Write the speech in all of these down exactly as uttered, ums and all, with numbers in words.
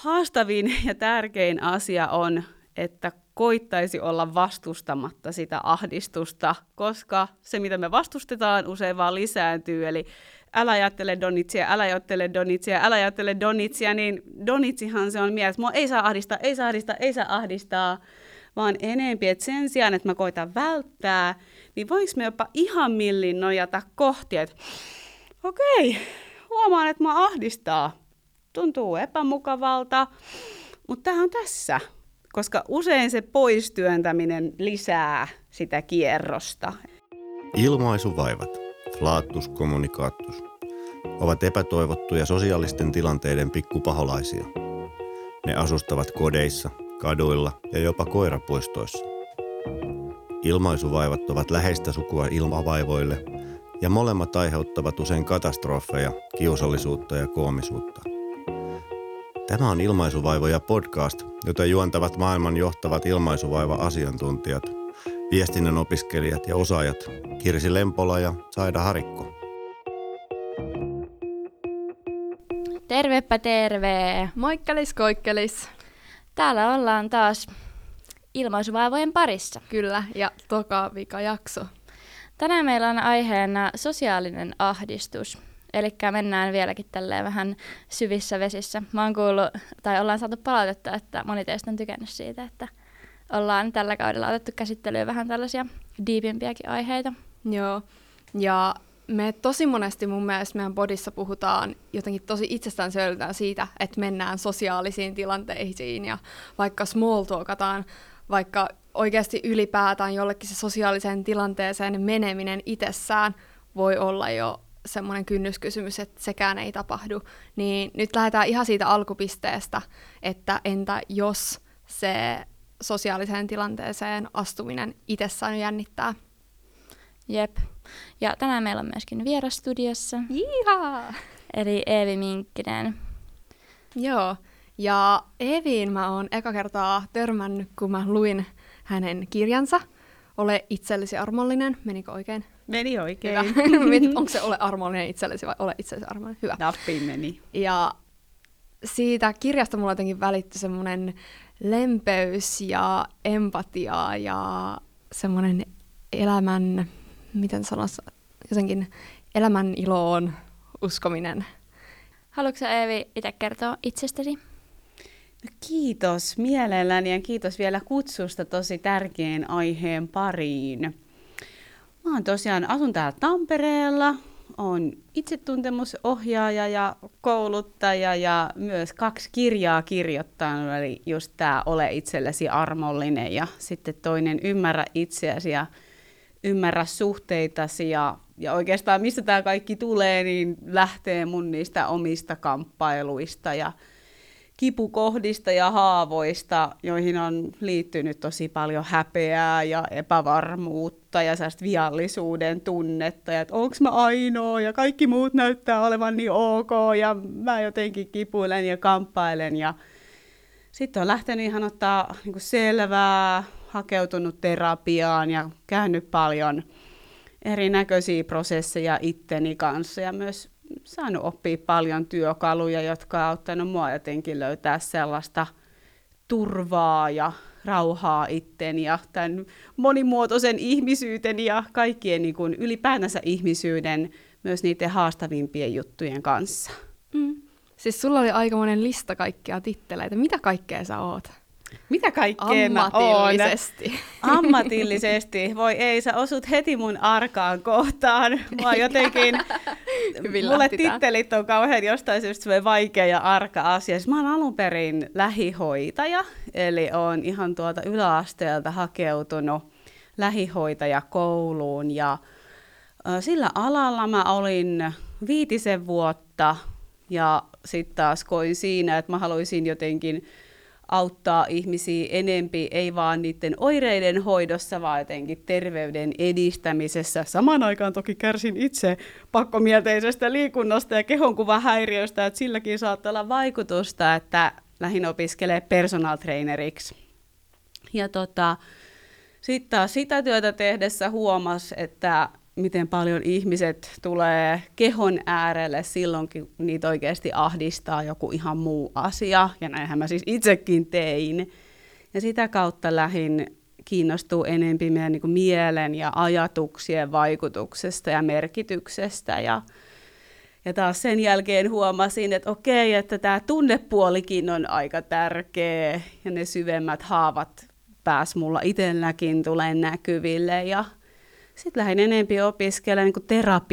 haastavin ja tärkein asia on, että koittaisi olla vastustamatta sitä ahdistusta, koska se, mitä me vastustetaan, usein vaan lisääntyy. Eli älä ajattele donitsia, älä ajattele donitsia, älä ajattele donitsia, niin donitsihan se on mielessä, että mua ei saa ahdistaa, ei saa ahdistaa, ei saa ahdistaa, vaan enempi, että sen sijaan, että mä koitan välttää, niin voinko me jopa ihan millin nojata kohti, että okei, huomaan, että mua ahdistaa, tuntuu epämukavalta, mutta tämä on tässä. Koska usein se poistyöntäminen lisää sitä kierrosta. Ilmaisuvaivat, flaattus communicatus, ovat epätoivottuja sosiaalisten tilanteiden pikkupaholaisia. Ne asustavat kodeissa, kaduilla ja jopa koirapuistoissa. Ilmaisuvaivat ovat läheistä sukua ilmavaivoille ja molemmat aiheuttavat usein katastrofeja, kiusallisuutta ja koomisuutta. Tämä on Ilmaisuvaivoja podcast, jota juontavat maailman johtavat ilmaisuvaiva-asiantuntijat, viestinnän opiskelijat ja osaajat Kirsi Lempola ja Saida Harikko. Tervepä terve! Moikkelis koikkelis! Täällä ollaan taas ilmaisuvaivojen parissa. Kyllä, ja toka vika jakso. Tänään meillä on aiheena sosiaalinen ahdistus. Eli mennään vieläkin tälleen vähän syvissä vesissä. Mä oon kuullut, tai ollaan saatu palautetta, että moni teistä on tykännyt siitä, että ollaan tällä kaudella otettu käsittelyyn vähän tällaisia diipimpiäkin aiheita. Joo, ja me tosi monesti mun mielestä meidän podissa puhutaan jotenkin tosi itsestäänselvyytään siitä, että mennään sosiaalisiin tilanteisiin ja vaikka small talkataan, vaikka oikeasti ylipäätään jollekin se sosiaaliseen tilanteeseen meneminen itsessään voi olla jo semmoinen kynnyskysymys, että sekään ei tapahdu, niin nyt lähdetään ihan siitä alkupisteestä, että entä jos se sosiaaliseen tilanteeseen astuminen itsessään jännittää. Jep. Ja tänään meillä on myöskin vieras studiossa. Jihaa! Eli Eevi Minkkinen. Joo, ja Eeviin mä oon eka kertaa törmännyt, kun mä luin hänen kirjansa. Ole itsellesi armollinen. Menikö oikein? Meni oikein. Onko se ole armollinen itsellesi vai ole itsellesi armollinen? Hyvä. Nappiin meni. Ja siitä kirjasta mulla jotenkin välittyi semmoinen lempeys ja empatia ja semmoinen elämän, miten sanoisi, jotenkin elämän iloon uskominen. Haluatko Eevi itse kertoa itsestäsi? No kiitos mielelläni ja kiitos vielä kutsusta tosi tärkeän aiheen pariin. Mä oon tosiaan, asun täällä Tampereella, oon itsetuntemusohjaaja ja kouluttaja ja myös kaksi kirjaa kirjoittanut, eli just tää Ole itsellesi armollinen ja sitten toinen Ymmärrä itseäsi ja ymmärrä suhteitasi ja, ja oikeastaan mistä tämä kaikki tulee, niin lähtee mun niistä omista kamppailuista ja kipukohdista ja haavoista, joihin on liittynyt tosi paljon häpeää ja epävarmuutta ja sellaista viallisuuden tunnetta, ja että onko mä ainoa ja kaikki muut näyttää olevan niin ok ja mä jotenkin kipuilen ja kamppailen. Ja sitten on lähtenyt ihan ottaa niin kuin selvää, hakeutunut terapiaan ja käynyt paljon erinäköisiä prosesseja itteni kanssa ja myös saanut oppia paljon työkaluja, jotka on auttanut mua jotenkin löytää sellaista turvaa ja rauhaa itteni ja tämän monimuotoisen ihmisyyteni ja kaikkien niin kuin ylipäätänsä ihmisyyden myös niiden haastavimpien juttujen kanssa. Mm. Siis sulla oli aikamoinen lista kaikkia titteleitä. Mitä kaikkea sä oot? Mitä kaikkea mä oon? Ammatillisesti. Ammatillisesti. Voi ei, sä osut heti mun arkaan kohtaan. Mä jotenkin, mulle tittelit on kauhean jostain syystä vaikea ja arka asia. Mä oon alun perin lähihoitaja, eli oon ihan tuolta yläasteelta hakeutunut lähihoitajakouluun. Ja sillä alalla mä olin viitisen vuotta ja sitten taas koin siinä, että mä haluaisin jotenkin auttaa ihmisiä enempi, ei vaan niiden oireiden hoidossa, vaan jotenkin terveyden edistämisessä. Samaan aikaan toki kärsin itse pakkomielteisestä liikunnasta ja kehonkuvahäiriöstä, että silläkin saattaa olla vaikutusta, että lähdin opiskelemaan personal traineriksi. Ja tota, sitten taas sitä työtä tehdessä huomasi, että miten paljon ihmiset tulee kehon äärelle silloinkin, kun niitä oikeasti ahdistaa joku ihan muu asia. Ja näinhän mä siis itsekin tein. Ja sitä kautta lähdin kiinnostuu enempi meidän niin kuin mielen ja ajatuksien vaikutuksesta ja merkityksestä. Ja, ja taas sen jälkeen huomasin, että okei, että tämä tunnepuolikin on aika tärkeä ja ne syvemmät haavat pääs mulla itselläkin tulee näkyville. Ja sitten lähdin enempi opiskelemaan niin kuin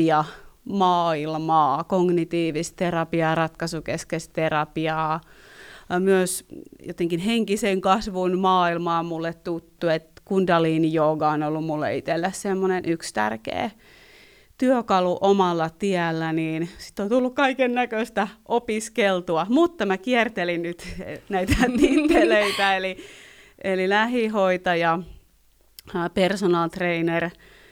terapiamaailmaa, kognitiivista terapiaa, ratkaisukeskeistä terapiaa, myös jotenkin henkisen kasvun maailmaa mulle tuttu, että kundaliini-jooga on ollut mulle itselle semmoinen yksi tärkeä työkalu omalla tiellä, niin sitten on tullut kaiken näköistä opiskeltua, mutta mä kiertelin nyt näitä titteleitä, eli, eli lähihoitaja, personal trainer,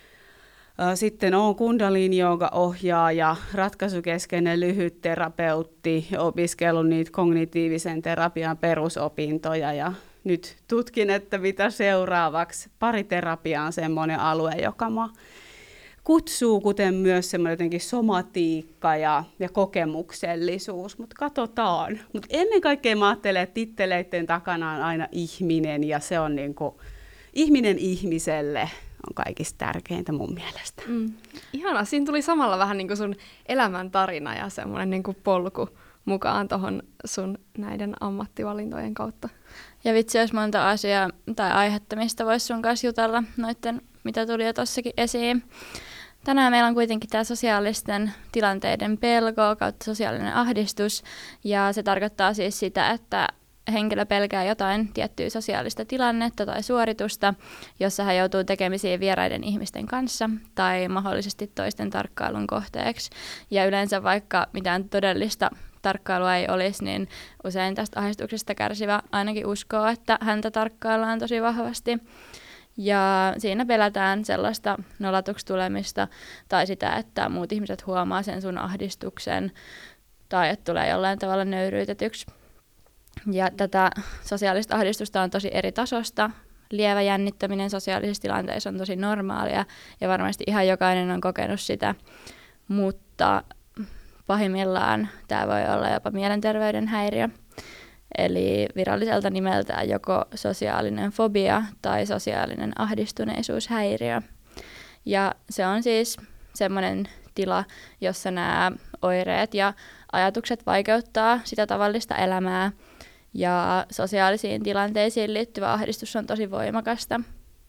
sitten olen kundaliini-jooga-ohjaaja, ratkaisukeskeinen lyhytterapeutti, opiskellut niitä kognitiivisen terapian perusopintoja ja nyt tutkin, että mitä seuraavaksi. Pariterapia on semmoinen alue, joka mua kutsuu, kuten myös semmoinen jotenkin somatiikka ja, ja kokemuksellisuus, mutta katsotaan. Mut ennen kaikkea mä ajattelen, että titteleiden takana on aina ihminen ja se on niin kuin ihminen ihmiselle. On kaikista tärkeintä mun mielestä. Mm. Ihana, siinä tuli samalla vähän niin kuin sun elämäntarina ja semmoinen niin kuin polku mukaan tuohon sun näiden ammattivalintojen kautta. Ja vitsi, jos monta asiaa tai aihetta, mistä voisi sun kanssa jutella noitten, mitä tuli jo tossakin esiin. Tänään meillä on kuitenkin tämä sosiaalisten tilanteiden pelko kautta sosiaalinen ahdistus, ja se tarkoittaa siis sitä, että henkilö pelkää jotain tiettyä sosiaalista tilannetta tai suoritusta, jossa hän joutuu tekemisiin vieraiden ihmisten kanssa tai mahdollisesti toisten tarkkailun kohteeksi. Ja yleensä vaikka mitään todellista tarkkailua ei olisi, niin usein tästä ahdistuksesta kärsivä ainakin uskoo, että häntä tarkkaillaan tosi vahvasti. Ja siinä pelätään sellaista nolatuksi tulemista tai sitä, että muut ihmiset huomaa sen sun ahdistuksen tai että tulee jollain tavalla nöyryytetyksi. Ja tätä sosiaalista ahdistusta on tosi eri tasosta. Lievä jännittäminen sosiaalisissa tilanteissa on tosi normaalia ja varmasti ihan jokainen on kokenut sitä, mutta pahimmillaan tämä voi olla jopa mielenterveyden häiriö. Eli viralliselta nimeltään joko sosiaalinen fobia tai sosiaalinen ahdistuneisuushäiriö. Ja se on siis semmoinen tila, jossa nämä oireet ja ajatukset vaikeuttaa sitä tavallista elämää. Ja sosiaalisiin tilanteisiin liittyvä ahdistus on tosi voimakasta.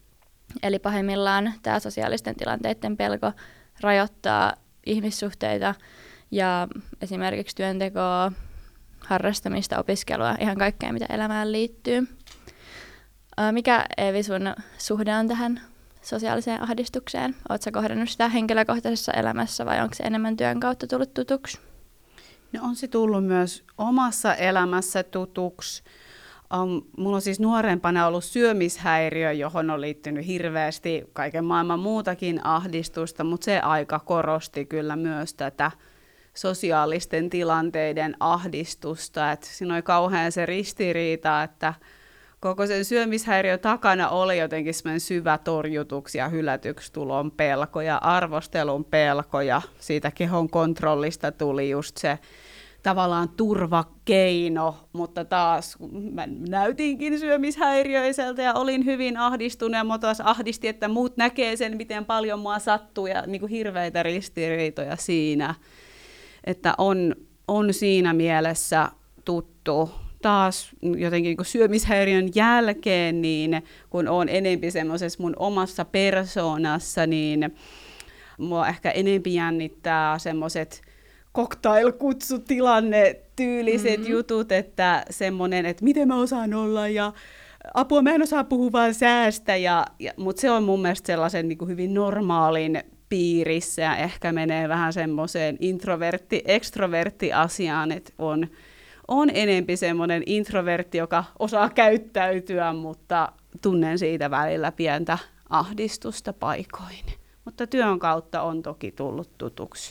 Eli pahimmillaan tämä sosiaalisten tilanteiden pelko rajoittaa ihmissuhteita ja esimerkiksi työntekoa, harrastamista, opiskelua, ihan kaikkea mitä elämään liittyy. Mikä, Eevi, sun suhde on tähän sosiaaliseen ahdistukseen? Oletko sä kohdannut sitä henkilökohtaisessa elämässä vai onko se enemmän työn kautta tullut tutuksi? No on se tullut myös omassa elämässä tutuksi. Um, mulla on siis nuorempana ollut syömishäiriö, johon on liittynyt hirveästi kaiken maailman muutakin ahdistusta, mutta se aika korosti kyllä myös tätä sosiaalisten tilanteiden ahdistusta. Et siinä oli kauhean se ristiriita, että koko sen syömishäiriön takana oli jotenkin semmoinen syvä torjutuksi ja hylätyksi tulon pelko ja arvostelun pelko ja siitä kehon kontrollista tuli just se tavallaan turvakeino, mutta taas mä näytinkin syömishäiriöiseltä ja olin hyvin ahdistunut ja mua taas ahdisti, että muut näkee sen, miten paljon mua sattuu ja niin kuin hirveitä ristiriitoja siinä, että on, on siinä mielessä tuttu. Taas jotenkin niin kuin syömishäiriön jälkeen, niin kun olen enempi semmoisessa mun omassa persoonassa, niin mua ehkä enempi jännittää semmoiset cocktail-kutsutilanne tyyliset mm-hmm. jutut, että semmoinen, että miten mä osaan olla ja apua mä en osaa puhua vaan säästä, ja, ja, mutta se on mun mielestä sellaisen niin kuin hyvin normaalin piirissä ja ehkä menee vähän semmoiseen introvertti-extrovertti-asiaan, että on On enempi semmoinen introvertti, joka osaa käyttäytyä, mutta tunnen siitä välillä pientä ahdistusta paikoin. Mutta työn kautta on toki tullut tutuksi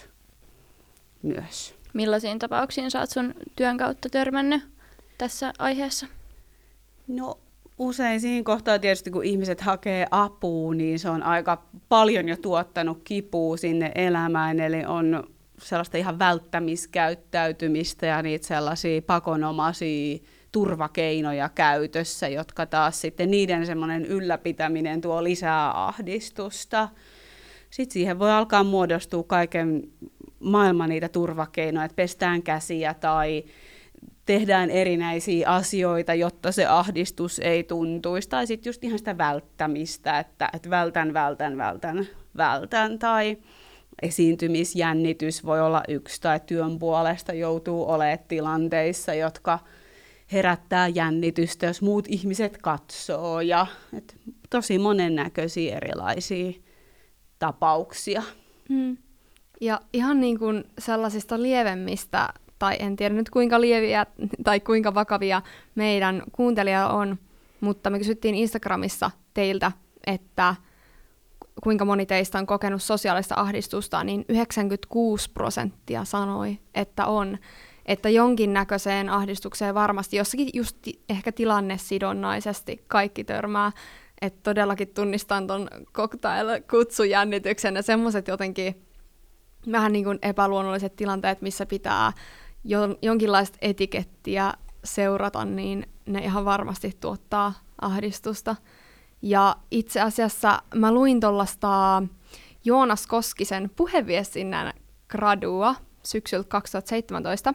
myös. Millaisiin tapauksiin sä oot sun työn kautta törmännyt tässä aiheessa? No Usein siinä kohtaa tietysti, kun ihmiset hakee apua, niin se on aika paljon jo tuottanut kipua sinne elämään, eli on sellaista ihan välttämiskäyttäytymistä ja niitä sellaisia pakonomaisia turvakeinoja käytössä, jotka taas sitten niiden semmoinen ylläpitäminen tuo lisää ahdistusta. Sitten siihen voi alkaa muodostua kaiken maailman niitä turvakeinoja, että pestään käsiä tai tehdään erinäisiä asioita, jotta se ahdistus ei tuntuisi. Tai sitten just ihan sitä välttämistä, että, että vältän, vältän, vältän, vältän. Tai esiintymisjännitys voi olla yksi, tai työn puolesta joutuu olemaan tilanteissa, jotka herättää jännitystä, jos muut ihmiset katsoo. Ja, et, tosi monennäköisiä erilaisia tapauksia. Mm. Ja ihan niin kuin sellaisista lievemmistä, tai en tiedä nyt kuinka lieviä tai kuinka vakavia meidän kuuntelija on, mutta me kysyttiin Instagramissa teiltä, että kuinka moni teistä on kokenut sosiaalista ahdistusta, niin yhdeksänkymmentäkuusi prosenttia sanoi, että on. Että jonkinnäköiseen ahdistukseen varmasti jossakin just ehkä tilannesidonnaisesti kaikki törmää. Että todellakin tunnistan ton cocktail-kutsujännityksen ja semmoiset jotenkin vähän niin kuin epäluonnolliset tilanteet, missä pitää jonkinlaista etikettiä seurata, niin ne ihan varmasti tuottaa ahdistusta. Ja itse asiassa mä luin tuollaista Joonas Koskisen puheviestinnän gradua syksyltä kaksituhattaseitsemäntoista,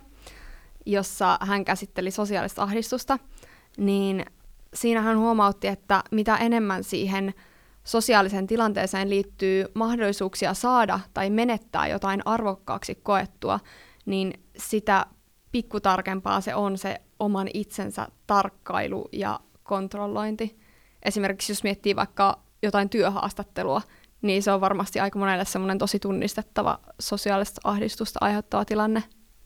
jossa hän käsitteli sosiaalista ahdistusta, niin siinä hän huomautti, että mitä enemmän siihen sosiaaliseen tilanteeseen liittyy mahdollisuuksia saada tai menettää jotain arvokkaaksi koettua, niin sitä pikkutarkempaa se on se oman itsensä tarkkailu ja kontrollointi. Esimerkiksi jos miettii vaikka jotain työhaastattelua, niin se on varmasti aika monelle semmoinen tosi tunnistettava sosiaalista ahdistusta aiheuttava tilanne.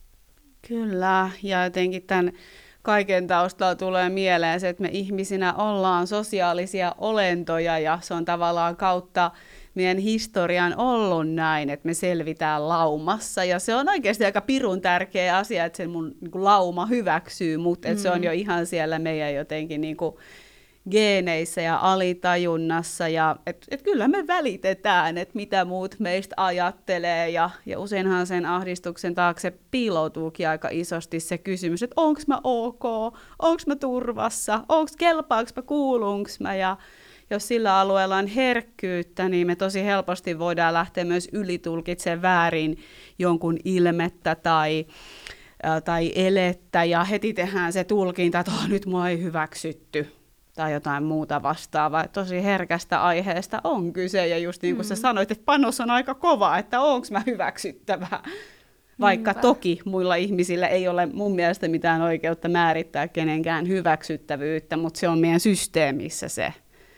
Kyllä, ja jotenkin tämän kaiken taustalla tulee mieleen se, että me ihmisinä ollaan sosiaalisia olentoja, ja se on tavallaan kautta meidän historian ollut näin, että me selvitään laumassa, ja se on oikeasti aika pirun tärkeä asia, että se mun niin kuin lauma hyväksyy, mutta mm. se on jo ihan siellä meidän jotenkin niin kuin geeneissä ja alitajunnassa, ja et, et kyllä me välitetään, että mitä muut meistä ajattelee, ja, ja useinhan sen ahdistuksen taakse piiloutuukin aika isosti se kysymys, että onko mä ok, onko mä turvassa, onko kelpaanko mä, kuulunko mä, ja jos sillä alueella on herkkyyttä, niin me tosi helposti voidaan lähteä myös ylitulkitsemaan väärin jonkun ilmettä tai, ä, tai elettä, ja heti tehdään se tulkinta, että oh, nyt mua ei hyväksytty tai jotain muuta vastaavaa. Tosi herkästä aiheesta on kyse, ja just niin kuin mm. sä sanoit, että panos on aika kova, että onko mä hyväksyttävää. Vaikka Niinpä. Toki muilla ihmisillä ei ole mun mielestä mitään oikeutta määrittää kenenkään hyväksyttävyyttä, mutta se on meidän systeemissä se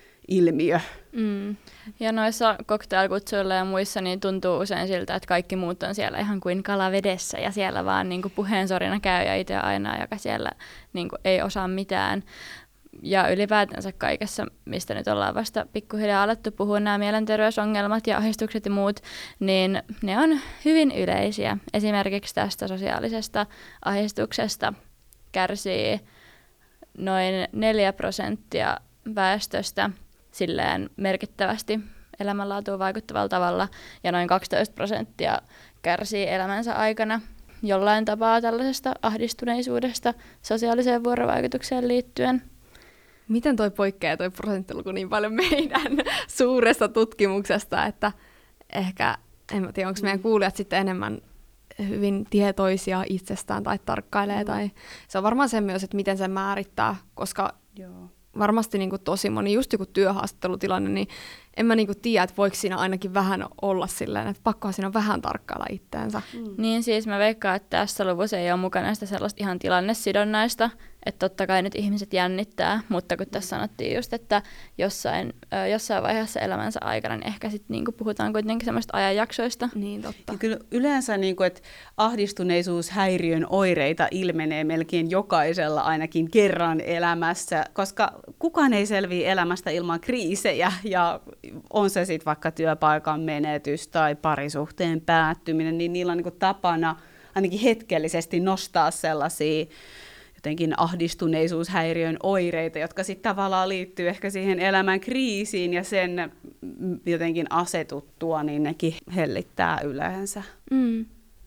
ilmiö. Mm. Ja noissa cocktailkutsuilla ja muissa niin tuntuu usein siltä, että kaikki muut on siellä ihan kuin kalavedessä, ja siellä vaan niin kuin puheensorina käy ja itse aina, joka siellä niin kuin ei osaa mitään. Ja ylipäätänsä kaikessa, mistä nyt ollaan vasta pikkuhiljaa alettu puhua, nämä mielenterveysongelmat ja ahdistukset ja muut, niin ne on hyvin yleisiä. Esimerkiksi tästä sosiaalisesta ahdistuksesta kärsii noin neljä prosenttia väestöstä silleen merkittävästi elämänlaatuun vaikuttavalla tavalla, ja noin kaksitoista prosenttia kärsii elämänsä aikana jollain tapaa tällaisesta ahdistuneisuudesta sosiaaliseen vuorovaikutukseen liittyen. Miten toi poikkeaa toi prosenttiluku niin paljon meidän suuresta tutkimuksesta, että ehkä, en tiedä, onko meidän kuulijat sitten enemmän hyvin tietoisia itsestään tai tarkkailee, mm. tai se on varmaan se myös, että miten se määrittää, koska Joo. varmasti niin kuin tosi moni, just joku työhaastattelutilanne, niin en mä niin kuin tiedä, että voiko siinä ainakin vähän olla silleen, että pakkohan siinä vähän tarkkailla itteensä. Mm. Niin siis mä veikkaan, että tässä luvussa ei ole mukana sitä sellaista ihan tilannesidonnaista, että totta kai nyt ihmiset jännittää, mutta kun tässä sanottiin just, että jossain, ö, jossain vaiheessa elämänsä aikana, niin ehkä sitten niinku puhutaan kuitenkin semmoista ajanjaksoista. Niin, totta. Ja kyllä yleensä, niinku, että ahdistuneisuushäiriön oireita ilmenee melkein jokaisella ainakin kerran elämässä, koska kukaan ei selviä elämästä ilman kriisejä, ja on se sitten vaikka työpaikan menetys tai parisuhteen päättyminen, niin niillä on niinku tapana ainakin hetkellisesti nostaa sellaisia jotenkin ahdistuneisuushäiriön oireita, jotka sitten tavallaan liittyy ehkä siihen elämän kriisiin ja sen jotenkin asetuttua, niin nekin hellittää yleensä. Mm.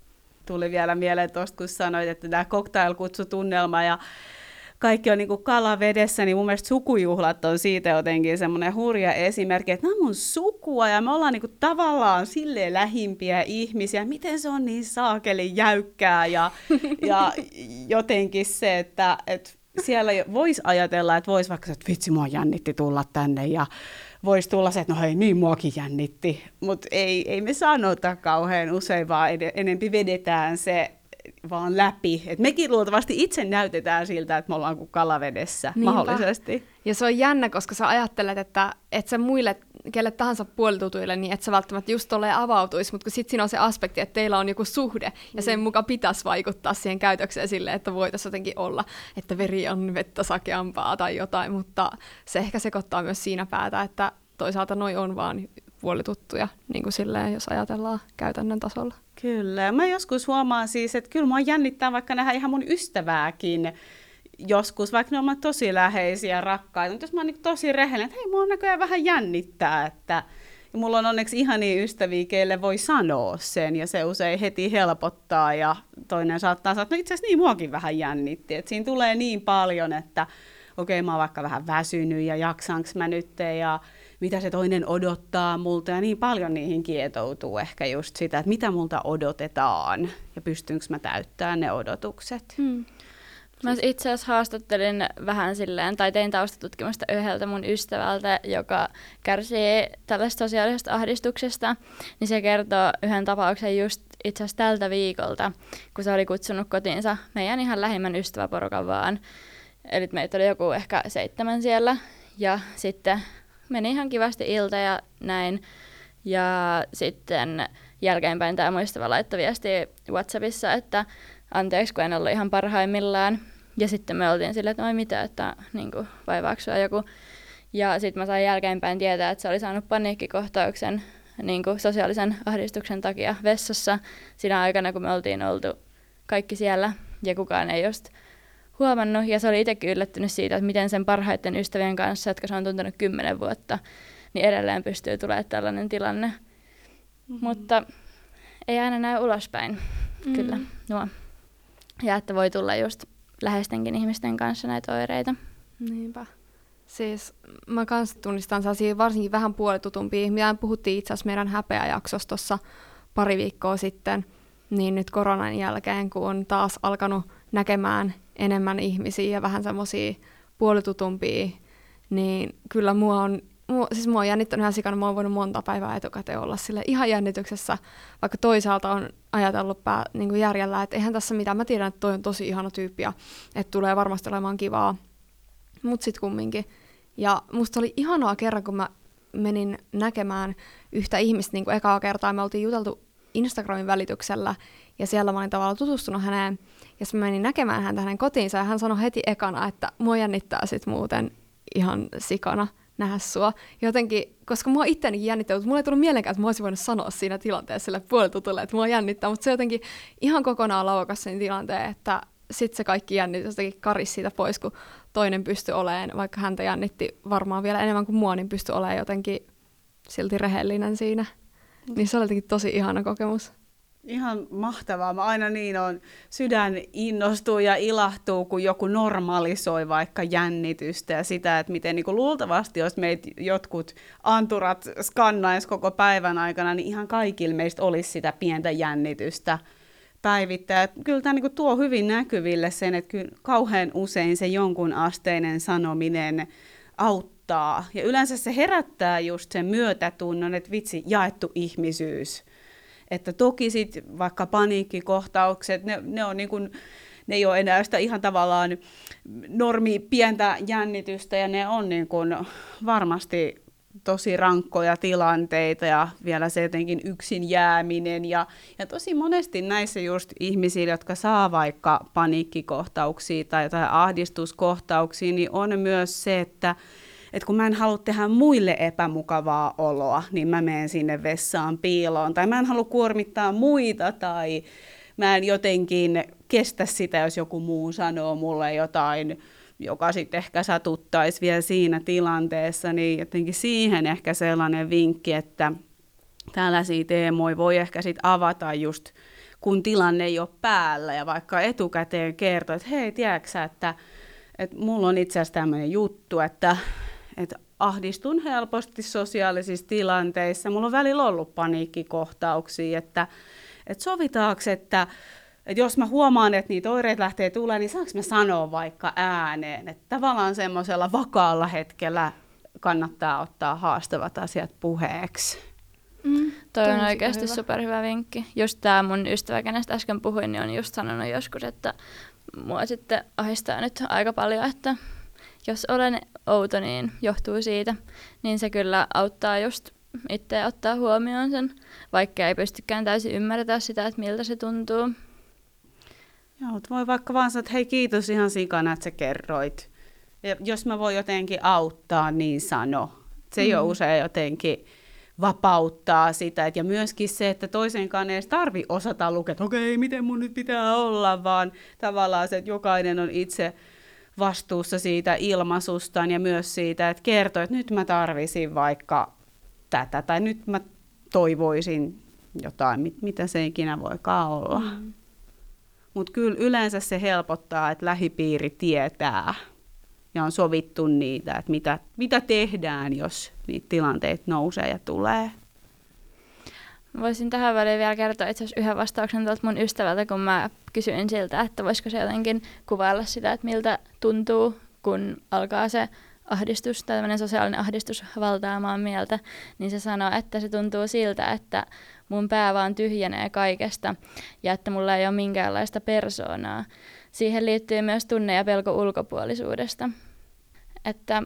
Tuli vielä mieleen tuosta, kun sanoit, että tämä cocktail-kutsutunnelma ja kaikki on niin kuin kalavedessä, niin mun mielestä sukujuhlat on siitä jotenkin semmoinen hurja esimerkki, että nämä on mun sukua ja me ollaan niin kuin tavallaan silleen lähimpiä ihmisiä. Miten se on niin saakeli jäykkää ja, ja jotenkin se, että, että siellä voisi ajatella, että voisi vaikka, että vitsi, mua jännitti tulla tänne ja voisi tulla se, että no hei, niin muakin jännitti, mutta ei, ei me sanota kauhean usein, vaan enempi vedetään se vaan läpi. Et mekin luultavasti itse näytetään siltä, että me ollaan kuin kalavedessä Niinpä. mahdollisesti. Ja se on jännä, koska sä ajattelet, että et sä muille, kelle tahansa puolitutuille, niin et sä välttämättä just tolleen avautuisi, mutta sitten siinä on se aspekti, että teillä on joku suhde, ja sen mukaan pitäisi vaikuttaa siihen käytökseen silleen, että voitaisiin jotenkin olla, että veri on vettä sakeampaa tai jotain, mutta se ehkä sekoittaa myös siinä päätä, että toisaalta noi on vaan puolituttuja, niin kuin silleen, jos ajatellaan käytännön tasolla. Kyllä. Mä joskus huomaan siis, että kyllä mua jännittää vaikka nähdä ihan mun ystävääkin joskus, vaikka ne ovat tosi läheisiä ja rakkaita. Mutta jos mä oon niin tosi rehellinen, että hei, mua näköjään vähän jännittää, että ja mulla on onneksi ihania ystäviä, keille voi sanoa sen, ja se usein heti helpottaa, ja toinen saattaa sanoa, että no itse asiassa niin muakin vähän jännitti. Et siinä tulee niin paljon, että okei, okay, mä oon vaikka vähän väsynyt, ja jaksaanko mä nyt, ja mitä se toinen odottaa multa, ja niin paljon niihin kietoutuu ehkä just sitä, että mitä multa odotetaan, ja pystynkö mä täyttämään ne odotukset. Hmm. Mä itse asiassa haastattelin vähän silleen, tai tein taustatutkimusta yhdeltä mun ystävältä, joka kärsii tällaista sosiaalisesta ahdistuksesta, niin se kertoo yhden tapauksen just itse asiassa tältä viikolta, kun se oli kutsunut kotiinsa meidän ihan lähimmän ystäväporukan vaan. Eli meitä oli joku ehkä seitsemän siellä, ja sitten meni ihan kivasti ilta ja näin. Ja sitten jälkeenpäin tämä muistava laittoi viestiä WhatsAppissa, että anteeksi, kun en ollut ihan parhaimmillaan. Ja sitten me oltiin silleen, että oi mitä, että niin kuin, vaivaako sua joku. Ja sitten mä sain jälkeenpäin tietää, että se oli saanut paniikkikohtauksen niin kuin sosiaalisen ahdistuksen takia vessassa siinä aikana, kun me oltiin oltu kaikki siellä ja kukaan ei just huomannut. Ja se oli itsekin yllättynyt siitä, että miten sen parhaiten ystävien kanssa, jotka se on tuntenut kymmenen vuotta, niin edelleen pystyy tulemaan tällainen tilanne. Mm-hmm. Mutta ei aina näy ulospäin, mm-hmm. kyllä, nuo. Ja että voi tulla just läheistenkin ihmisten kanssa näitä oireita. Niinpä. Siis mä kanssa tunnistan sellaisia varsinkin vähän puolitutumpia. Mitä puhuttiin itse asiassa meidän häpeäjaksossa tuossa pari viikkoa sitten, niin nyt koronan jälkeen, kun on taas alkanut näkemään enemmän ihmisiä ja vähän semmoisia puolitutumpia, niin kyllä mua on, mua, siis mua on jännittänyt ihan sikana, mä oon voinut monta päivää etukäteen olla sille ihan jännityksessä, vaikka toisaalta on ajatellut pää, niin kuin järjellä, että eihän tässä mitään, mä tiedän, että toi on tosi ihana tyyppi ja että tulee varmasti olemaan kivaa, mut sit kumminkin. Ja musta oli ihanaa kerran, kun mä menin näkemään yhtä ihmistä niin kuin ekaa kertaa, me oltiin juteltu Instagramin välityksellä, ja siellä mä olin tavallaan tutustunut häneen, ja mä menin näkemään häntä hänen kotiinsa, ja hän sanoi heti ekana, että mua jännittää sit muuten ihan sikana nähdä sua. Jotenkin, koska mua ittenikin jännittää, mutta mulla ei tullut mielenkään, että mä olisin voinut sanoa siinä tilanteessa sille puolitutulle, että mua jännittää, mutta se jotenkin ihan kokonaan laukas sen tilanteen, että sit se kaikki jännitys jotenkin karisi siitä pois, kun toinen pystyi olemaan, vaikka häntä jännitti varmaan vielä enemmän kuin mua, niin pystyi olemaan jotenkin silti rehellinen siinä. Niin se oli jotenkin tosi ihana kokemus. Ihan mahtavaa. Mä aina niin on, sydän innostuu ja ilahtuu, kun joku normalisoi vaikka jännitystä ja sitä, että miten niin kuin luultavasti, jos meitä jotkut anturat skannaisi koko päivän aikana, niin ihan kaikilla meistä olisi sitä pientä jännitystä päivittää. Kyllä tämä niin kuin tuo hyvin näkyville sen, että kyllä kauhean usein se jonkun asteinen sanominen auttaa. Ja yleensä se herättää just sen myötätunnon, että vitsi, jaettu ihmisyys. Että toki sitten vaikka paniikkikohtaukset, ne, ne, on niin kuin, ne ei ole enää sitä ihan tavallaan normi pientä jännitystä, ja ne on niin kuin varmasti tosi rankkoja tilanteita, ja vielä se jotenkin yksin jääminen. Ja, ja tosi monesti näissä just ihmisillä, jotka saa vaikka paniikkikohtauksia tai jotain ahdistuskohtauksia, niin on myös se, että että kun mä en halua tehdä muille epämukavaa oloa, niin mä menen sinne vessaan piiloon. Tai mä en halua kuormittaa muita, tai mä en jotenkin kestä sitä, jos joku muu sanoo mulle jotain, joka sitten ehkä satuttaisi vielä siinä tilanteessa, niin jotenkin siihen ehkä sellainen vinkki, että tällaisia teemoja voi ehkä sitten avata just, kun tilanne ei ole päällä ja vaikka etukäteen kertoo, että hei, tiedätkö että, että mulla on itse asiassa tämmöinen juttu, että, että ahdistun helposti sosiaalisissa tilanteissa, mulla on välillä ollut paniikkikohtauksia, että, että sovitaanko, että että jos mä huomaan, että niitä oireita lähtee tulemaan, niin saanko mä sanoa vaikka ääneen, että tavallaan semmoisella vakaalla hetkellä kannattaa ottaa haastavat asiat puheeksi. Mm, toi on tosi oikeasti hyvä. superhyvä vinkki. Just tämä mun ystävä, kenestä äsken puhuin, niin on just sanonut joskus, että mua sitten ahdistaa nyt aika paljon, että jos olen outo, niin johtuu siitä. Niin se kyllä auttaa just itse ottaa huomioon sen, vaikka ei pystykään täysin ymmärtää sitä, että miltä se tuntuu. Joo, voi vaikka vaan sanoa, että hei kiitos ihan sikana, että sä kerroit. Ja jos mä voin jotenkin auttaa, niin sano. Se jo mm. usein jotenkin vapauttaa sitä. Ja myöskin se, että toisenkaan ei edes tarvi osata lukea, että okei, miten mun nyt pitää olla, vaan tavallaan se, että jokainen on itse vastuussa siitä ilmaisustaan ja myös siitä, että kertoo, että nyt mä tarvisin vaikka tätä tai nyt mä toivoisin jotain, mit, mitä se ikinä voikaan olla. Mm. Mutta kyllä yleensä se helpottaa, että lähipiiri tietää ja on sovittu niitä, että mitä, mitä tehdään, jos niitä tilanteita nousee ja tulee. Voisin tähän väliin vielä kertoa itse asiassa yhden vastauksen tuolta mun ystävältä, kun mä kysyin siltä, että voisiko se jotenkin kuvailla sitä, että miltä tuntuu, kun alkaa se ahdistus tai tämmöinen sosiaalinen ahdistus valtaamaan mieltä, niin se sanoo, että se tuntuu siltä, että mun pää vaan tyhjenee kaikesta ja että mulla ei ole minkäänlaista persoonaa. Siihen liittyy myös tunne ja pelko ulkopuolisuudesta. Että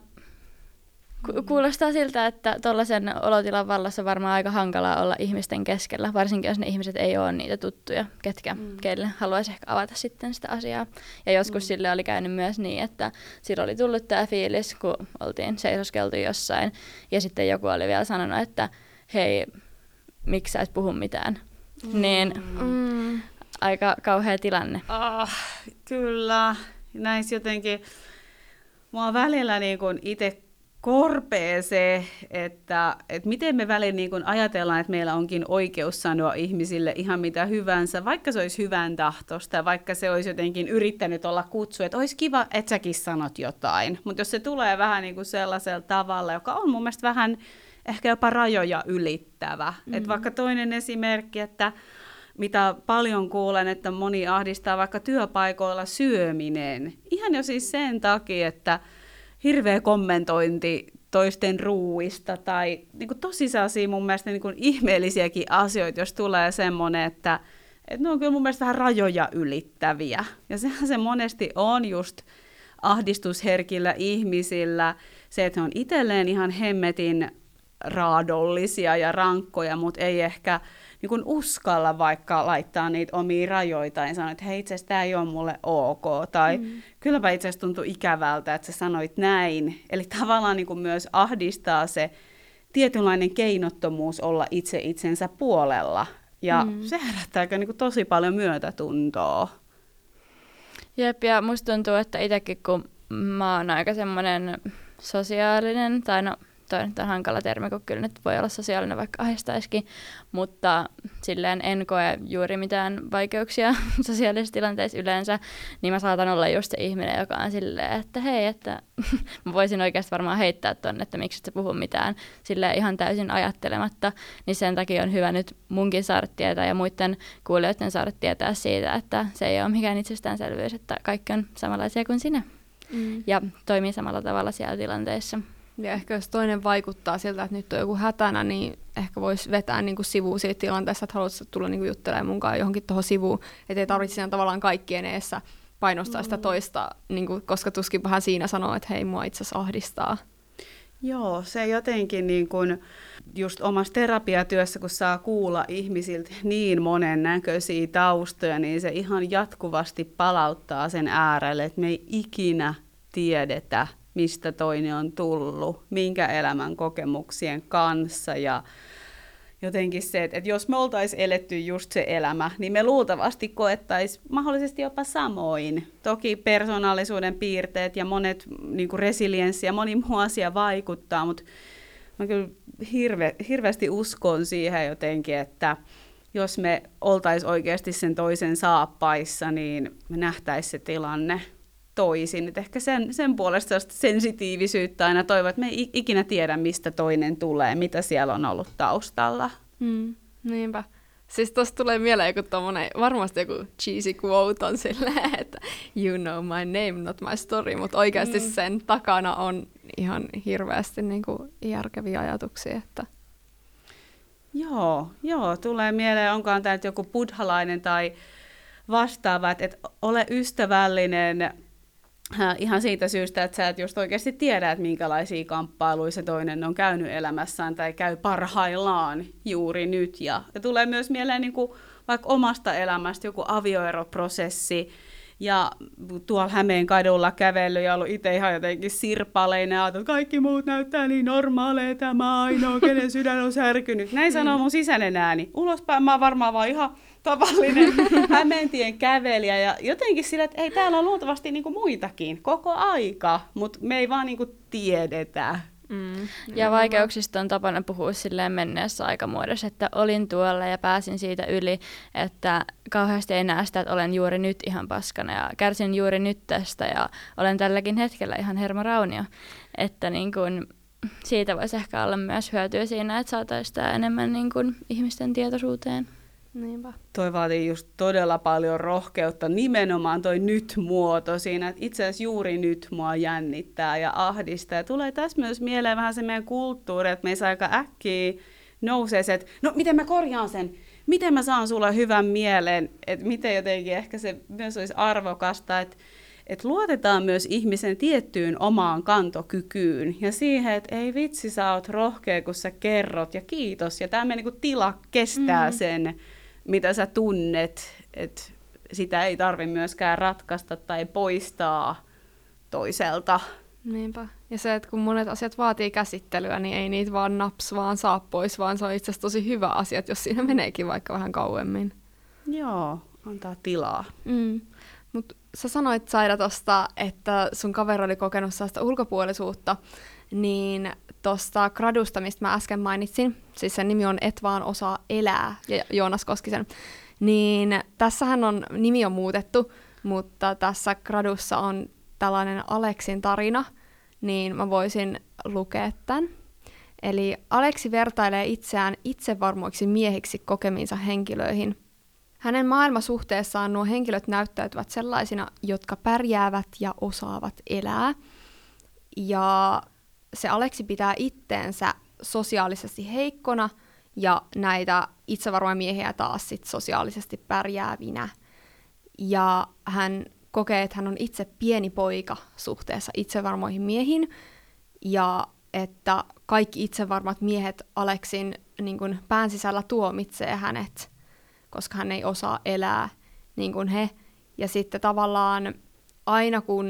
ku- kuulostaa siltä, että tuollaisen olotilan vallassa on varmaan aika hankalaa olla ihmisten keskellä, varsinkin jos ne ihmiset ei ole niitä tuttuja, ketkä, mm. keille haluaisi ehkä avata sitten sitä asiaa. Ja joskus mm. sille oli käynyt myös niin, että sillä oli tullut tämä fiilis, kun oltiin seisoskeltu jossain, ja sitten joku oli vielä sanonut, että hei, miksi sä et puhu mitään. Mm. Niin mm. aika kauhea tilanne. Oh, kyllä. Näissä jotenkin, mua välillä niin kun itse korpee se, että, että miten me välillä niin kun ajatellaan, että meillä onkin oikeus sanoa ihmisille ihan mitä hyvänsä, vaikka se olisi hyvän tahtosta, vaikka se olisi jotenkin yrittänyt olla kutsu, että olisi kiva, että säkin sanot jotain. Mutta jos se tulee vähän niin kuin sellaisella tavalla, joka on mun mielestä vähän ehkä jopa rajoja ylittävä. Mm-hmm. Et vaikka toinen esimerkki, että mitä paljon kuulen, että moni ahdistaa vaikka työpaikoilla syöminen. Ihan jo siis sen takia, että hirveä kommentointi toisten ruuista tai niin kuin tosi sellaisia mun mielestä niin kuin ihmeellisiäkin asioita, jos tulee semmoinen, että, että ne on kyllä mun mielestä vähän rajoja ylittäviä. Ja sehän se monesti on just ahdistusherkillä ihmisillä, se, että ne on itselleen ihan hemmetin raadollisia ja rankkoja, mutta ei ehkä niin kuin uskalla vaikka laittaa niitä omia rajoita ja sanoa, että hei, itse asiassa tämä ei ole mulle ok, tai mm. kylläpä itse asiassa tuntui ikävältä, että sä sanoit näin. Eli tavallaan niin kuin myös ahdistaa se tietynlainen keinottomuus olla itse itsensä puolella, ja mm. se herättääkö niin kuin tosi paljon myötätuntoa. Jep, ja musta tuntuu, että itsekin kun mä oon aika semmoinen sosiaalinen, tai no toi nyt on hankala termi, kun kyllä nyt voi olla sosiaalinen, vaikka ahdistaisikin, mutta silleen en koe juuri mitään vaikeuksia sosiaalisissa tilanteissa yleensä, niin mä saatan olla just se ihminen, joka on silleen, että hei, että mä voisin oikeasti varmaan heittää tonne, että miksi et sä puhu mitään silleen ihan täysin ajattelematta, niin sen takia on hyvä nyt munkin saada tietää ja muiden kuulijoiden saada tietää siitä, että se ei ole mikään itsestäänselvyys, että kaikki on samanlaisia kuin sinä mm. ja toimii samalla tavalla siellä tilanteissa. Ja ehkä jos toinen vaikuttaa siltä, että nyt on joku hätänä, niin ehkä voisi vetää niin kuin sivuun siitä tilanteessa, että haluaisi tulla niin kuin juttelemaan munkaan johonkin tuohon sivuun. Että ei tarvitse siinä tavallaan kaikkien eessä painostaa sitä toista, niin kuin, koska tuskinpahan siinä sanoo, että hei, mua itse asiassa ahdistaa. Joo, se jotenkin niin kuin just omassa terapiatyössä, kun saa kuulla ihmisiltä niin monennäköisiä taustoja, niin se ihan jatkuvasti palauttaa sen äärelle, että me ei ikinä tiedetä, mistä toinen on tullut, minkä elämän kokemuksien kanssa. Ja, jotenkin se, että, että jos me oltaisiin eletty just se elämä, niin me luultavasti koettaisiin mahdollisesti jopa samoin. Toki persoonallisuuden piirteet ja monet niin kuin resilienssi ja moni muu asia vaikuttaa, mutta mä kyllä hirve, hirveästi uskon siihen jotenkin, että jos me oltaisiin oikeasti sen toisen saappaissa, niin me nähtäisiin se tilanne toisin. Et ehkä sen, sen puolesta sensitiivisyyttä aina toivon, että me ei ikinä tiedä, mistä toinen tulee, mitä siellä on ollut taustalla. Mm, niinpä. Siis tosta tulee mieleen joku tommonen, varmasti joku cheesy quote on silleen, että you know my name, not my story, mutta oikeasti mm. sen takana on ihan hirveästi niinku järkeviä ajatuksia. Että... Joo, joo, tulee mieleen, onkaan tämä joku buddhalainen tai vastaava, että, että ole ystävällinen ihan siitä syystä, että sä et just oikeasti tiedä, että minkälaisia kamppailuja se toinen on käynyt elämässään tai käy parhaillaan juuri nyt. Ja, ja tulee myös mieleen niin kuin vaikka omasta elämästä joku avioeroprosessi ja tuolla Hämeen kadulla kävellyt ja ollut itse ihan jotenkin sirpaleinen ja että kaikki muut näyttää niin normaaleja, tämä ainoa, kenen sydän on särkynyt. Näin sanoo mun sisäinen ääni. Ulospäin mä oon varmaan vaan ihan tavallinen Hämeentien kävelijä ja jotenkin sillä, että ei täällä on luultavasti niinku muitakin koko aika, mutta me ei vaan niinku tiedetä. Mm. Ja vaikeuksista on tapana puhua silleen menneessä aikamuodossa, että olin tuolla ja pääsin siitä yli, että kauheasti ei näe sitä, että olen juuri nyt ihan paskana ja kärsin juuri nyt tästä ja olen tälläkin hetkellä ihan hermoraunio. Että niin kun, siitä voisi ehkä olla myös hyötyä siinä, että saataisiin sitä enemmän niin kun ihmisten tietoisuuteen. Niinpä. Toi vaatii just todella paljon rohkeutta, nimenomaan toi nyt-muoto siinä, että itse asiassa juuri nyt mua jännittää ja ahdistaa. Ja tulee tässä myös mieleen vähän se meidän kulttuuri, että meissä aika äkkiä nousee se, että no miten mä korjaan sen, miten mä saan sulle hyvän mielen, että miten jotenkin ehkä se myös olisi arvokasta, että että luotetaan myös ihmisen tiettyyn omaan kantokykyyn ja siihen, että ei vitsi, sä oot rohkea, kun sä kerrot ja kiitos. Ja tämä meidän niin kuin tila kestää mm-hmm. sen, mitä sä tunnet, että sitä ei tarvitse myöskään ratkaista tai poistaa toiselta. Niinpä. Ja se, että kun monet asiat vaatii käsittelyä, niin ei niitä vaan naps vaan saa pois, vaan se on itse asiassa tosi hyvä asia, jos siinä meneekin vaikka vähän kauemmin. Joo, antaa tilaa. Mm. Mutta sä sanoit, Saida, tosta, että sun kaveri oli kokenut sellaista ulkopuolisuutta, niin tuosta gradusta, mistä mä äsken mainitsin, siis sen nimi on Et vaan osaa elää, ja Joonas Koskisen, niin tässähän on, nimi on muutettu, mutta tässä gradussa on tällainen Aleksin tarina, niin mä voisin lukea tämän. Eli Aleksi vertailee itseään itsevarmoiksi miehiksi kokemiinsa henkilöihin. Hänen maailmasuhteessaan nuo henkilöt näyttäytyvät sellaisina, jotka pärjäävät ja osaavat elää. Ja se Aleksi pitää itteensä sosiaalisesti heikkona ja näitä itsevarmoja miehiä taas sit sosiaalisesti pärjäävinä. Ja hän kokee, että hän on itse pieni poika suhteessa itsevarmoihin miehiin ja että kaikki itsevarmat miehet Aleksin niin kuin pään sisällä tuomitsee hänet, koska hän ei osaa elää niin kuin he. Ja sitten tavallaan aina kun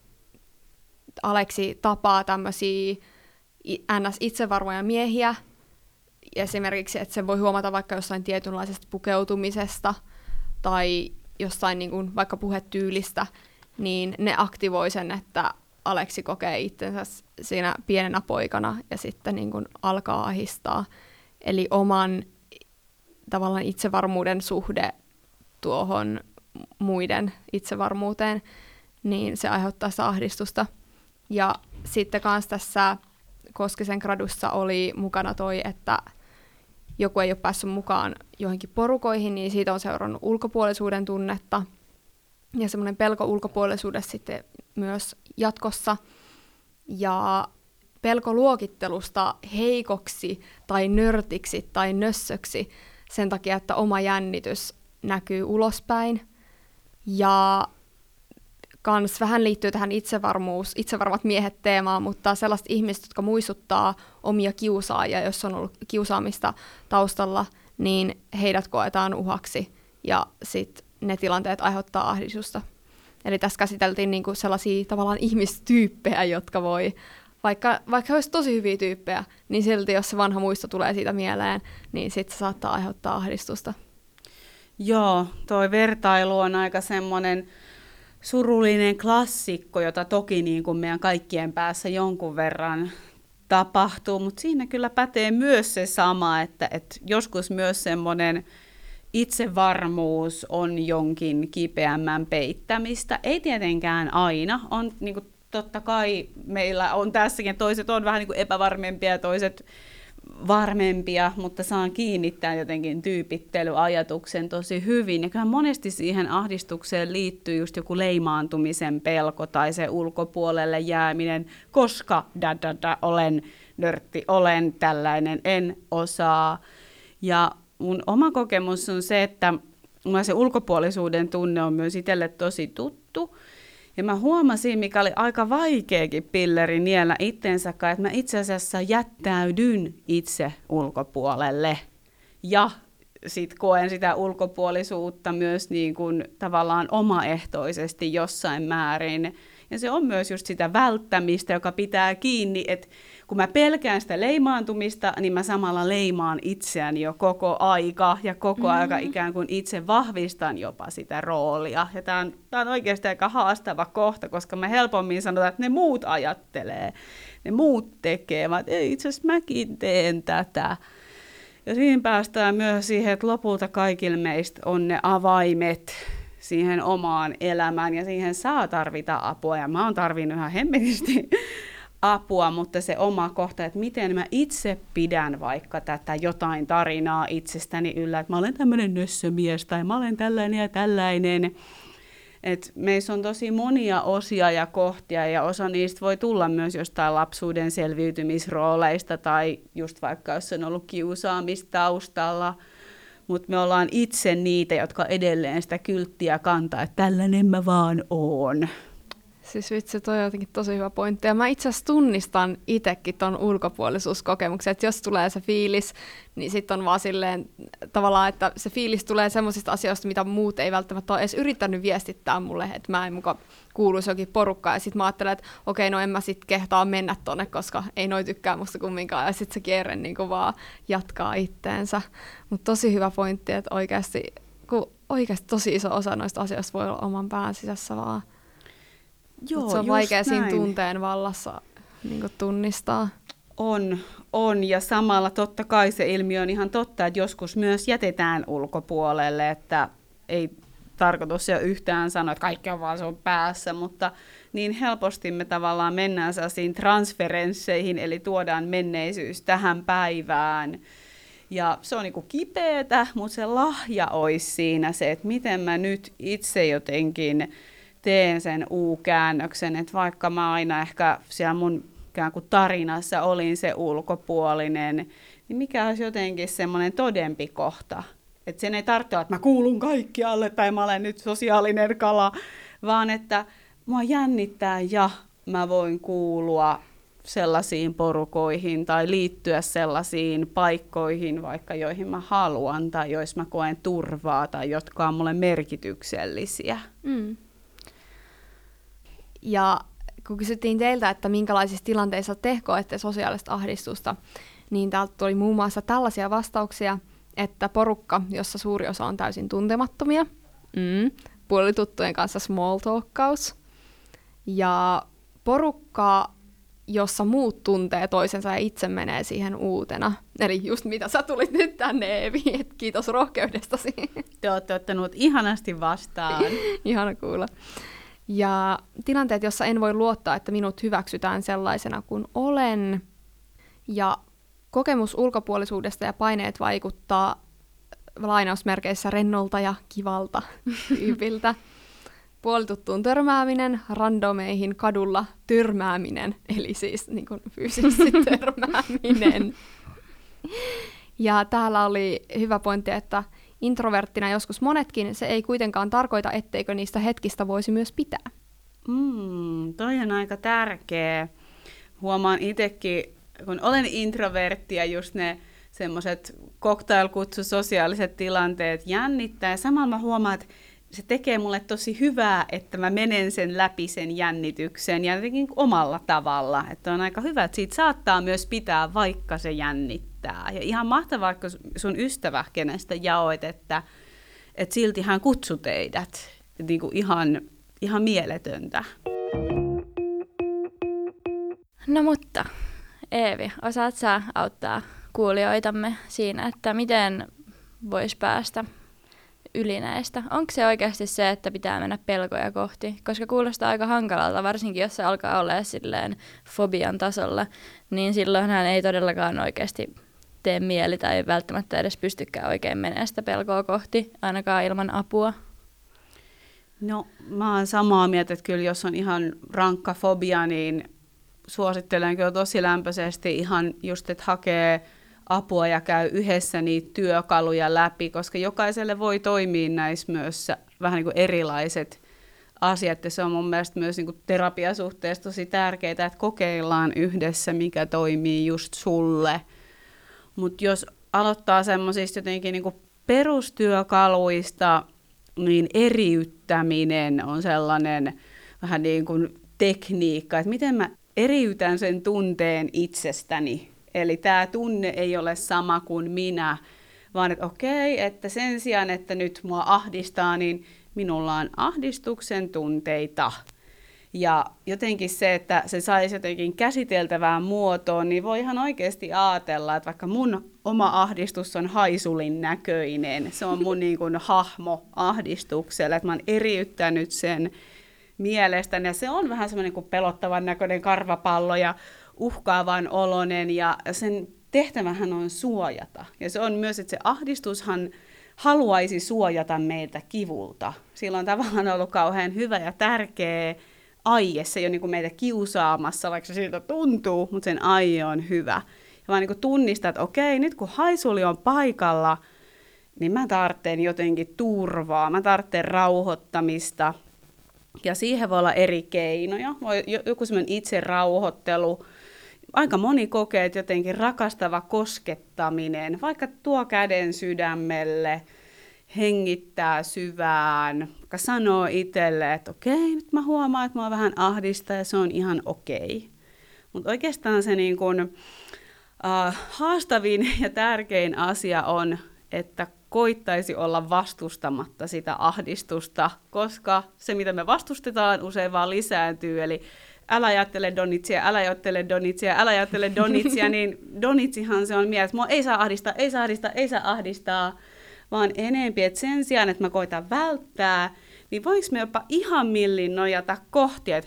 Aleksi tapaa tämmöisiä ns. Itsevarmoja miehiä, esimerkiksi, että se voi huomata vaikka jossain tietynlaisesta pukeutumisesta tai jossain niin kuin vaikka puhetyylistä, niin ne aktivoi sen, että Aleksi kokee itsensä siinä pienenä poikana ja sitten niin kuin alkaa ahistaa. Eli oman tavallaan itsevarmuuden suhde tuohon muiden itsevarmuuteen, niin se aiheuttaa sitä ahdistusta. Ja sitten kans tässä Koskisen gradussa oli mukana toi, että joku ei ole päässyt mukaan johonkin porukoihin, niin siitä on seurannut ulkopuolisuuden tunnetta ja semmoinen pelko ulkopuolisuudessa sitten myös jatkossa. Ja pelko luokittelusta heikoksi tai nörtiksi tai nössöksi sen takia, että oma jännitys näkyy ulospäin. Ja kans vähän liittyy tähän itsevarmuus, itsevarmat miehet teemaan, mutta sellaiset ihmiset, jotka muistuttaa omia kiusaajia, jos on ollut kiusaamista taustalla, niin heidät koetaan uhaksi ja sitten ne tilanteet aiheuttaa ahdistusta. Eli tässä käsiteltiin niinku sellaisia tavallaan ihmistyyppejä, jotka voi vaikka, vaikka he olisivat tosi hyviä tyyppejä, niin silti jos se vanha muisto tulee siitä mieleen, niin sitten se saattaa aiheuttaa ahdistusta. Joo, toi vertailu on aika semmoinen surullinen klassikko, jota toki niin kuin meidän kaikkien päässä jonkun verran tapahtuu, mutta siinä kyllä pätee myös se sama, että, että joskus myös semmoinen itsevarmuus on jonkin kipeämmän peittämistä. Ei tietenkään aina. On, niin kuin, totta kai meillä on tässäkin, toiset on vähän niin kuin epävarmempia ja toiset varmempia, mutta saan kiinnittää jotenkin tyypittelyajatuksen tosi hyvin. Ja kyllä monesti siihen ahdistukseen liittyy just joku leimaantumisen pelko tai se ulkopuolelle jääminen, koska da, da, da, olen nörtti, olen tällainen, en osaa. Ja mun oma kokemus on se, että mulla se ulkopuolisuuden tunne on myös itselle tosi tuttu. Ja mä huomasin, mikä oli aika vaikeakin pilleri niellä itsensäkaan, että mä itse asiassa jättäydyn itse ulkopuolelle. Ja sit koen sitä ulkopuolisuutta myös niin kuin tavallaan omaehtoisesti jossain määrin. Ja se on myös just sitä välttämistä, joka pitää kiinni, että kun mä pelkään sitä leimaantumista, niin mä samalla leimaan itseäni jo koko aika ja koko mm-hmm. aika ikään kuin itse vahvistan jopa sitä roolia. Ja tää on, tää on oikeasti aika haastava kohta, koska mä helpommin sanotaan, että ne muut ajattelee, ne muut tekee, vaan ei itse asiassa mäkin teen tätä. Ja siinä päästään myös siihen, että lopulta kaikilla meistä on ne avaimet siihen omaan elämään ja siihen saa tarvita apua. Ja mä oon tarvinnut ihan hemmetisti apua, mutta se oma kohta, että miten mä itse pidän vaikka tätä jotain tarinaa itsestäni yllä, että mä olen tämmöinen nössömies tai mä olen tällainen ja tällainen. Et meissä on tosi monia osia ja kohtia ja osa niistä voi tulla myös jostain lapsuuden selviytymisrooleista tai just vaikka jos on ollut kiusaamista taustalla, mutta me ollaan itse niitä, jotka edelleen sitä kylttiä kantaa, että tällainen mä vaan oon. Siis vitsi, toi on jotenkin tosi hyvä pointti. Ja mä itse asiassa tunnistan itsekin ton ulkopuolisuuskokemuksen, että jos tulee se fiilis, niin sitten on vaan silleen tavallaan, että se fiilis tulee semmoisista asioista, mitä muut ei välttämättä ole edes yrittänyt viestittää mulle, että mä en muka kuuluisi jokin porukkaan. Ja sitten mä ajattelen, että okei, no en mä sit kehtaa mennä tonne, koska ei noi tykkää musta kumminkaan. Ja sitten se kierre niin vaan jatkaa itteensä. Mutta tosi hyvä pointti, että oikeasti, kun oikeasti tosi iso osa noista asioista voi olla oman pään sisässä vaan. Joo, se on vaikea näin. Siinä tunteen vallassa niin tunnistaa. On, on, ja samalla totta kai se ilmiö on ihan totta, että joskus myös jätetään ulkopuolelle, että ei tarkoitus jo yhtään sanoa, että kaikki on vaan sun päässä, mutta niin helposti me tavallaan mennään sellaisiin transferensseihin, eli tuodaan menneisyys tähän päivään. Ja se on niin kuin kipeätä, mutta se lahja olisi siinä se, että miten mä nyt itse jotenkin teen sen U-käännöksen, että vaikka mä aina ehkä siellä mun ikään kuin tarinassa olin se ulkopuolinen, niin mikä olisi jotenkin semmoinen todempi kohta. Että sen ei tarvitse olla, että mä kuulun kaikkialle tai mä olen nyt sosiaalinen kala, vaan että mua jännittää ja mä voin kuulua sellaisiin porukoihin tai liittyä sellaisiin paikkoihin, vaikka joihin mä haluan tai joissa mä koen turvaa tai jotka on mulle merkityksellisiä. Mm. Ja kun kysyttiin teiltä, että minkälaisissa tilanteissa te koette sosiaalista ahdistusta, niin täältä tuli muun muassa tällaisia vastauksia, että porukka, jossa suuri osa on täysin tuntemattomia, mm, puolituttujen kanssa small talkkaus, ja porukka, jossa muut tuntee toisensa ja itse menee siihen uutena. Eli just mitä sä tulit nyt tänne, Eevi, että kiitos rohkeudestasi. Te olette ottanut ihanasti vastaan. Ihana kuulla. Ja tilanteet, jossa en voi luottaa, että minut hyväksytään sellaisena kuin olen. Ja kokemus ulkopuolisuudesta ja paineet vaikuttaa lainausmerkeissä rennolta ja kivalta tyypiltä. Puolituttuun törmääminen, randomeihin kadulla törmääminen, eli siis niin kuin fyysisesti törmääminen. Ja täällä oli hyvä pointti, että introverttina joskus monetkin, se ei kuitenkaan tarkoita, etteikö niistä hetkistä voisi myös pitää. Mm, toi on aika tärkeä. Huomaan itsekin, kun olen introvertti ja just ne semmoiset cocktailkutsu sosiaaliset tilanteet jännittää. Ja samalla mä huomaan, että se tekee mulle tosi hyvää, että mä menen sen läpi sen jännityksen ja jotenkin omalla tavalla. Että on aika hyvä, että siitä saattaa myös pitää, vaikka se jännittää. Ja ihan mahtavaa, kun sun ystävä, kenestä jaoit, että, että silti hän kutsui teidät. Niin kuin ihan, ihan mieletöntä. No mutta, Eevi, osaat sä auttaa kuulijoitamme siinä, että miten voisi päästä yli näistä? Onko se oikeasti se, että pitää mennä pelkoja kohti? Koska kuulostaa aika hankalalta, varsinkin jos se alkaa olla silleen fobian tasolla, niin silloinhan ei todellakaan oikeasti tee mieli tai välttämättä edes pystykään oikein menemään sitä pelkoa kohti, ainakaan ilman apua. No, mä oon samaa mieltä, että kyllä jos on ihan rankka fobia, niin suosittelen kyllä tosi lämpöisesti ihan just, että hakee apua ja käy yhdessä niitä työkaluja läpi, koska jokaiselle voi toimia näissä myös vähän niin kuin erilaiset asiat. Ja se on mun mielestä myös niin kuin terapiasuhteessa tosi tärkeää, että kokeillaan yhdessä, mikä toimii just sulle. Mutta jos aloittaa semmoisista jotenkin niin kuin perustyökaluista, niin eriyttäminen on sellainen vähän niin kuin tekniikka, että miten mä eriytän sen tunteen itsestäni. Eli tämä tunne ei ole sama kuin minä, vaan että okei, että sen sijaan, että nyt mua ahdistaa, niin minulla on ahdistuksen tunteita. Ja jotenkin se, että se saisi jotenkin käsiteltävään muotoon, niin voi ihan oikeasti ajatella, että vaikka mun oma ahdistus on haisulin näköinen, se on mun niin kuin hahmo ahdistukselle, että mä oon eriyttänyt sen mielestäni, ja se on vähän semmoinen kuin pelottavan näköinen karvapallo ja uhkaavan oloinen, ja sen tehtävähän on suojata. Ja se on myös, että se ahdistushan haluaisi suojata meiltä kivulta. Sillä on tavallaan ollut kauhean hyvä ja tärkeä aie. Se ei ole niin kuin meitä kiusaamassa, vaikka se siltä tuntuu, mutta sen aie on hyvä. Ja vaan niin kuin tunnistaa, että okei, nyt kun haisuli on paikalla, niin mä tarvitsen jotenkin turvaa, mä tarvitsen rauhoittamista. Ja siihen voi olla eri keinoja. Voi joku semmoinen itse rauhoittelu. Aika moni kokee, että jotenkin rakastava koskettaminen, vaikka tuo käden sydämelle, hengittää syvään, vaikka sanoo itselle, että okei, nyt mä huomaan, että mä vähän ahdistaa ja se on ihan okei. Mutta oikeastaan se niin kun, uh, haastavin ja tärkein asia on, että koittaisi olla vastustamatta sitä ahdistusta, koska se, mitä me vastustetaan, usein vaan lisääntyy. Eli älä ajattele donitsia, älä ajattele donitsia, älä ajattele donitsia, niin donitsihan se on mielessä, että mua ei saa ahdistaa, ei saa ahdistaa, ei saa ahdistaa, vaan enempi, että sen sijaan, että mä koitan välttää, niin voiko me jopa ihan millin nojata kohti, että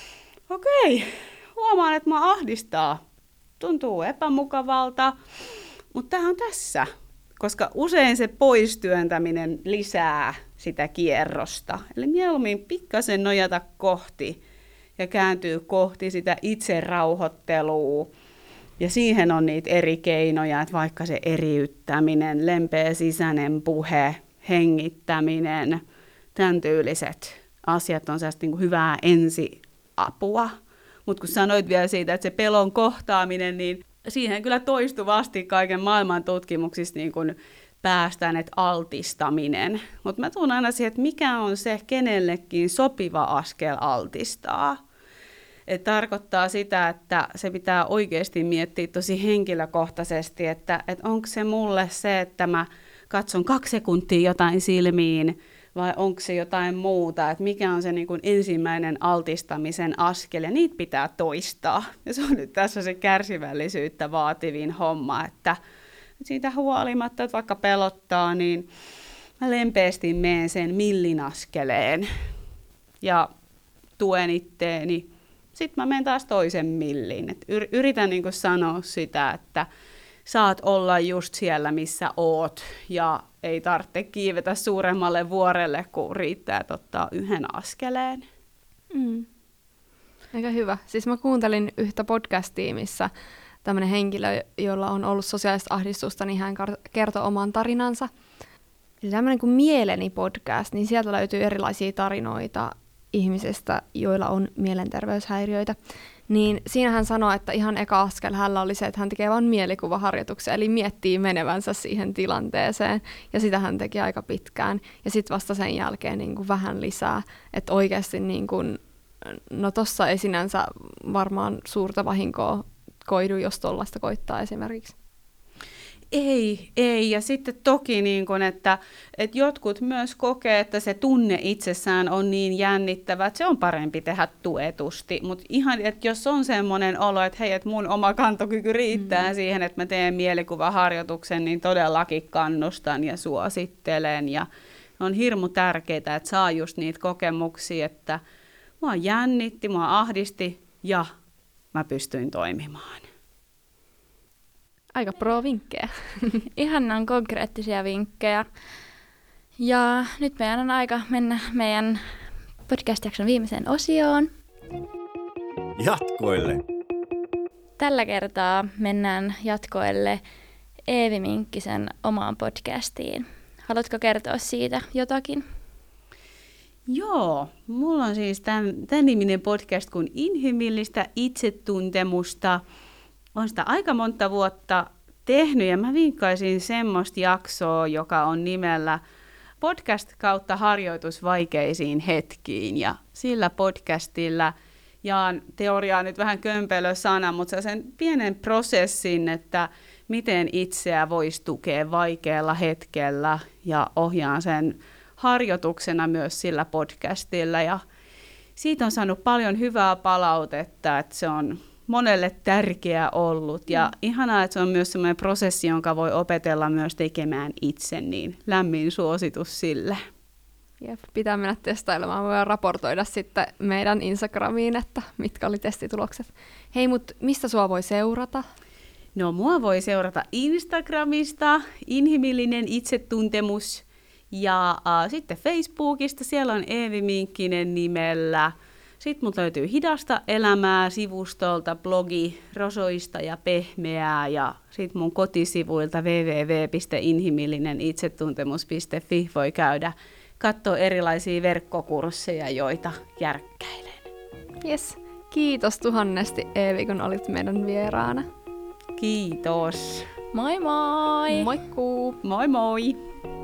okei, huomaan, että mä ahdistaa, tuntuu epämukavalta, mutta tämä on tässä. Koska usein se poistyöntäminen lisää sitä kierrosta. Eli mieluummin pikkasen nojata kohti ja kääntyy kohti sitä itse rauhoittelua. Ja siihen on niitä eri keinoja, että vaikka se eriyttäminen, lempeä sisäinen puhe, hengittäminen, tämän tyyliset asiat on sellaista niin kuin hyvää ensiapua. Mutta kun sanoit vielä siitä, että se pelon kohtaaminen, niin siihen kyllä toistuvasti kaiken maailman tutkimuksissa niin kun päästään, että altistaminen. Mutta mä tuun aina siihen, että mikä on se kenellekin sopiva askel altistaa. Et tarkoittaa sitä, että se pitää oikeasti miettiä tosi henkilökohtaisesti, että, että onko se mulle se, että mä katson kaksi sekuntia jotain silmiin, vai onko se jotain muuta, että mikä on se niin kuin ensimmäinen altistamisen askel, ja niitä pitää toistaa. Ja se on nyt tässä se kärsivällisyyttä vaativin homma, että siitä huolimatta, että vaikka pelottaa, niin mä lempeästi menen sen millin askeleen ja tuen itteeni. Sitten mä menen taas toisen millin. Et yritän niin kuin sanoa sitä, että saat olla just siellä, missä oot, ja ei tarvitse kiivetä suuremmalle vuorelle, kun riittää, että ottaa yhden askeleen. Mm. Aika hyvä. Siis mä kuuntelin yhtä podcastia, missä tämmöinen henkilö, jolla on ollut sosiaalista ahdistusta, niin hän kertoi oman tarinansa. Eli tämmöinen kuin Mieleni podcast, niin sieltä löytyy erilaisia tarinoita ihmisistä, joilla on mielenterveyshäiriöitä. niin siinä hän sanoi, että ihan eka askel hänellä oli se, että hän tekee vain mielikuvaharjoituksia, eli miettii menevänsä siihen tilanteeseen, ja sitä hän teki aika pitkään, ja sitten vasta sen jälkeen niin kuin vähän lisää, että oikeasti niin kuin, no tossa ei sinänsä varmaan suurta vahinkoa koidu, jos tollaista koittaa esimerkiksi. Ei, ei. Ja sitten toki, niin kun, että, että jotkut myös kokee, että se tunne itsessään on niin jännittävä, että se on parempi tehdä tuetusti. Mutta ihan, että jos on semmoinen olo, että hei, että mun oma kantokyky riittää mm. siihen, että mä teen mielikuvaharjoituksen, niin todellakin kannustan ja suosittelen. Ja on hirmu tärkeää, että saa just niitä kokemuksia, että mua jännitti, mua ahdisti ja mä pystyin toimimaan. Aika pro-vinkkejä. Ihanan konkreettisia vinkkejä. Ja nyt meidän on aika mennä meidän podcast-jakson viimeiseen osioon. Jatkoille! Tällä kertaa mennään jatkoille Eevi Minkkisen omaan podcastiin. Haluatko kertoa siitä jotakin? Joo, mulla on siis tämän, tämän niminen podcast kuin Inhimillistä itsetuntemusta. Olen sitä aika monta vuotta tehnyt ja mä vinkkaisin semmoista jaksoa, joka on nimellä podcast kautta harjoitus vaikeisiin hetkiin. Ja sillä podcastilla jaan teoriaa nyt vähän kömpelö sana, mutta sen pienen prosessin, että miten itseä voisi tukea vaikealla hetkellä ja ohjaan sen harjoituksena myös sillä podcastilla. Ja siitä on saanut paljon hyvää palautetta, että se on monelle tärkeä ollut ja mm. ihanaa, että se on myös sellainen prosessi, jonka voi opetella myös tekemään itse, niin lämmin suositus sille. Jep, pitää mennä testailemaan. Voidaan raportoida sitten meidän Instagramiin, että mitkä oli testitulokset. Hei, mutta mistä sua voi seurata? No, mua voi seurata Instagramista, inhimillinen itsetuntemus, ja äh, sitten Facebookista, siellä on Eevi Minkkinen nimellä. Sitten mut löytyy Hidasta elämää sivustolta, blogi Rosoista ja pehmeää, ja sitten mun kotisivuilta double-u double-u double-u piste inhimillinen itsetuntemus piste fi voi käydä katsoa erilaisia verkkokursseja, joita järkkäilen. Yes. Kiitos tuhannesti Eevi, kun olit meidän vieraana. Kiitos. Moi moi! Moikkuu! Moi moi!